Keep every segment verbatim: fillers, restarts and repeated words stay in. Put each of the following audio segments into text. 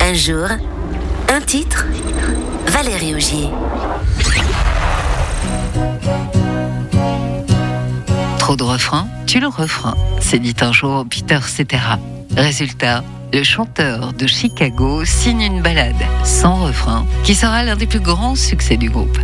Un jour, un titre, Valérie Augier. Trop de refrains, tu le refrain, s'est dit un jour Peter Cetera. Résultat, le chanteur de Chicago signe une ballade sans refrain qui sera l'un des plus grands succès du groupe.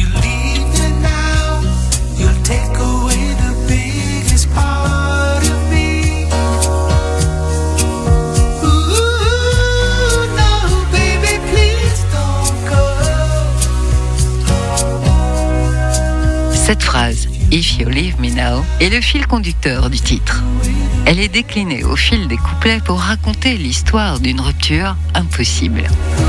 Cette phrase, If You Leave Me Now, est le fil conducteur du titre. Elle est déclinée au fil des couplets pour raconter l'histoire d'une rupture impossible.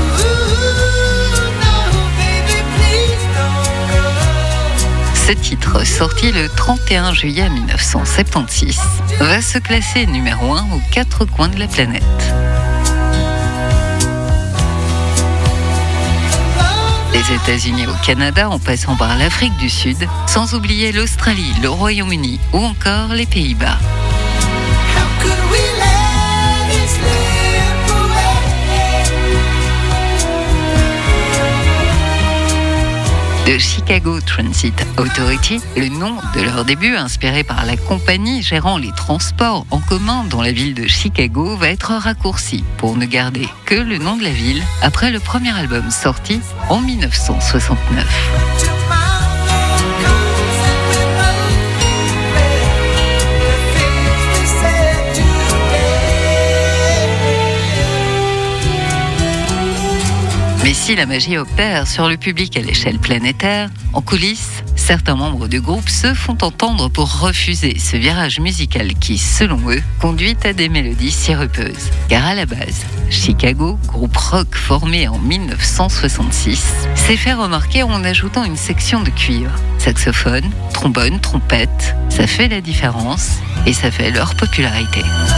Ce titre, sorti le trente et un juillet mille neuf cent soixante-seize, va se classer numéro un aux quatre coins de la planète. Des États-Unis au Canada, en passant par l'Afrique du Sud, sans oublier l'Australie, le Royaume-Uni ou encore les Pays-Bas. The Chicago Transit Authority, le nom de leur début inspiré par la compagnie gérant les transports en commun dans la ville de Chicago, va être raccourci pour ne garder que le nom de la ville après le premier album sorti en mille neuf cent soixante-neuf. Mais si la magie opère sur le public à l'échelle planétaire, en coulisses, certains membres du groupe se font entendre pour refuser ce virage musical qui, selon eux, conduit à des mélodies sirupeuses. Car à la base, Chicago, groupe rock formé en mille neuf cent soixante-six, s'est fait remarquer en ajoutant une section de cuivre. Saxophone, trombone, trompette, ça fait la différence et ça fait leur popularité.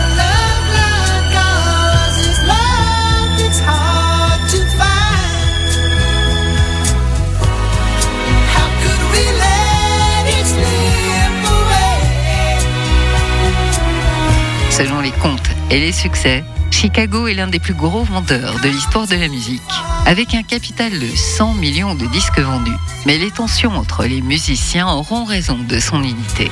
Selon les comptes et les succès, Chicago est l'un des plus gros vendeurs de l'histoire de la musique, avec un capital de cent millions de disques vendus. Mais les tensions entre les musiciens auront raison de son unité.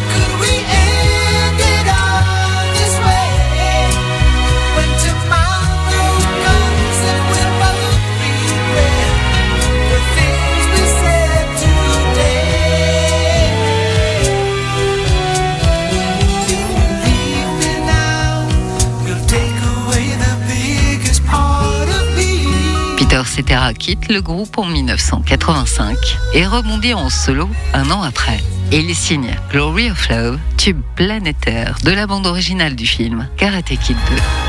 Peter Cetera quitte le groupe en mille neuf cent quatre-vingt-cinq et rebondit en solo un an après. Et il signe Glory of Love, tube planétaire de la bande originale du film Karate Kid deux.